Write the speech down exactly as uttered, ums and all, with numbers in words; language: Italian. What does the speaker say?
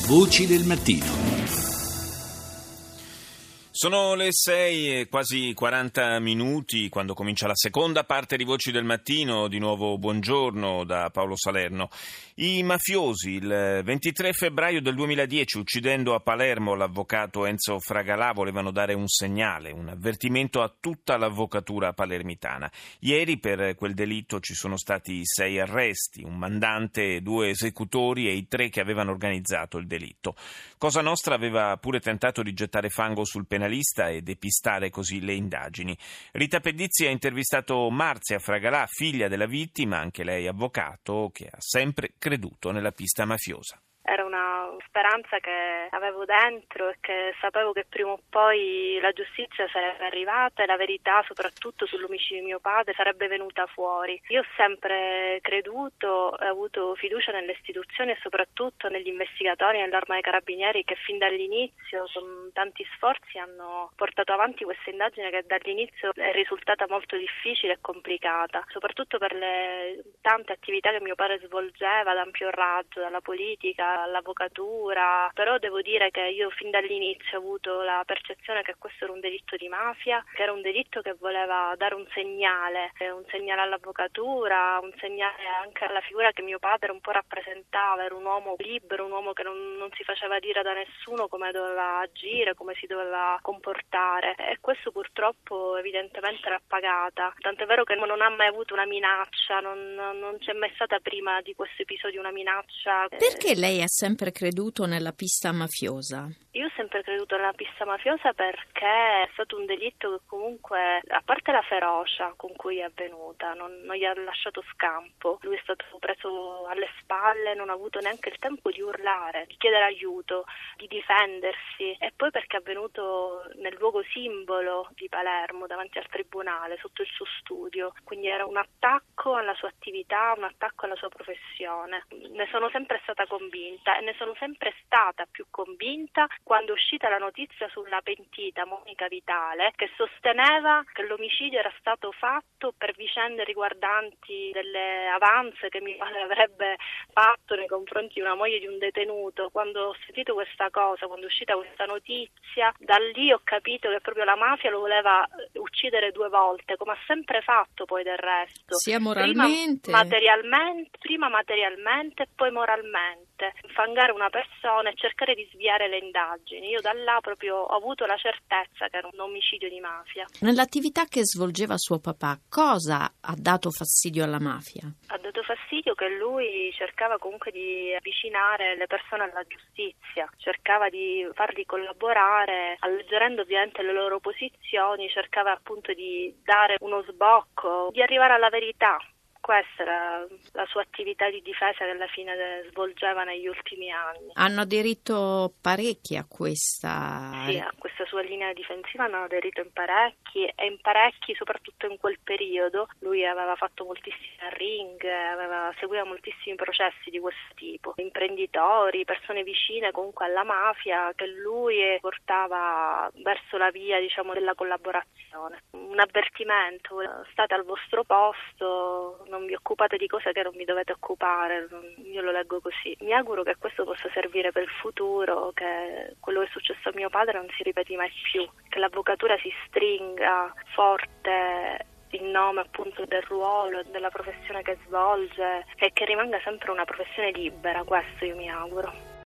Voci del mattino. Sono le sei e quasi quaranta minuti quando comincia la seconda parte di Voci del Mattino. Di nuovo buongiorno da Paolo Salerno. I mafiosi il ventitré febbraio del duemiladieci, uccidendo a Palermo l'avvocato Enzo Fragalà, volevano dare un segnale, un avvertimento a tutta l'avvocatura palermitana. Ieri per quel delitto ci sono stati sei arresti, un mandante, due esecutori e i tre che avevano organizzato il delitto. Cosa Nostra aveva pure tentato di gettare fango sul penalista e depistare così le indagini. Rita Pedizzi ha intervistato Marzia Fragalà, figlia della vittima, anche lei avvocato, che ha sempre creduto nella pista mafiosa. Era una speranza che avevo dentro e che sapevo che prima o poi la giustizia sarebbe arrivata e la verità, soprattutto sull'omicidio di mio padre, sarebbe venuta fuori. Io ho sempre creduto e avuto fiducia nelle istituzioni e soprattutto negli investigatori e nell'Arma dei Carabinieri, che fin dall'inizio, con tanti sforzi, hanno portato avanti questa indagine che dall'inizio è risultata molto difficile e complicata, soprattutto per le tante attività che mio padre svolgeva ad ampio raggio, dalla politica all'avvocatura, però devo dire che io fin dall'inizio ho avuto la percezione che questo era un delitto di mafia, che era un delitto che voleva dare un segnale, un segnale all'avvocatura, un segnale anche alla figura che mio padre un po' rappresentava. Era un uomo libero, un uomo che non, non si faceva dire da nessuno come doveva agire, come si doveva comportare, e questo purtroppo evidentemente era pagata, tant'è vero che non ha mai avuto una minaccia, non, non c'è mai stata prima di questo episodio una minaccia. Perché lei ha sempre creduto nella pista mafiosa? Io ho sempre creduto nella pista mafiosa perché è stato un delitto che comunque, a parte la ferocia con cui è avvenuta, non, non gli ha lasciato scampo. Lui è stato preso alle spalle, non ha avuto neanche il tempo di urlare, di chiedere aiuto, di difendersi, e poi perché è avvenuto nel luogo simbolo di Palermo, davanti al tribunale, sotto il suo studio. Quindi era un attacco alla sua attività, un attacco alla sua professione. Ne sono sempre stata convinta e ne sono sempre stata più convinta quando è uscita la notizia sulla pentita Monica Vitale, che sosteneva che l'omicidio era stato fatto per vicende riguardanti delle avanze che mio padre avrebbe fatto nei confronti di una moglie di un detenuto. Quando ho sentito questa cosa, quando è uscita questa notizia, da lì ho capito che proprio la mafia lo voleva uccidere due volte, come ha sempre fatto poi del resto. Sia moralmente, prima materialmente, prima materialmente e poi moralmente. Infangare una persona e cercare di sviare le indagini. Io da là proprio ho avuto la certezza che era un omicidio di mafia. Nell'attività che svolgeva suo papà, cosa ha dato fastidio alla mafia? Ha dato fastidio che lui cercava comunque di avvicinare le persone alla giustizia, cercava di farli collaborare, alleggerendo ovviamente le loro posizioni, cercava appunto di dare uno sbocco, di arrivare alla verità. Questa era la sua attività di difesa che alla fine svolgeva negli ultimi anni. Hanno aderito parecchi a questa... Sì, a questa sua linea difensiva hanno aderito in parecchi, e in parecchi soprattutto in quel periodo. Lui aveva fatto moltissimi ring, aveva, seguiva moltissimi processi di questo tipo. Imprenditori, persone vicine comunque alla mafia, che lui portava verso la via, diciamo, della collaborazione. Un avvertimento: state al vostro posto, non vi occupate di cose che non vi dovete occupare. Io lo leggo così. Mi auguro che questo possa servire per il futuro, che quello che è successo a mio padre non si ripeti mai più, che l'avvocatura si stringa forte in nome appunto del ruolo e della professione che svolge, e che rimanga sempre una professione libera. Questo io mi auguro.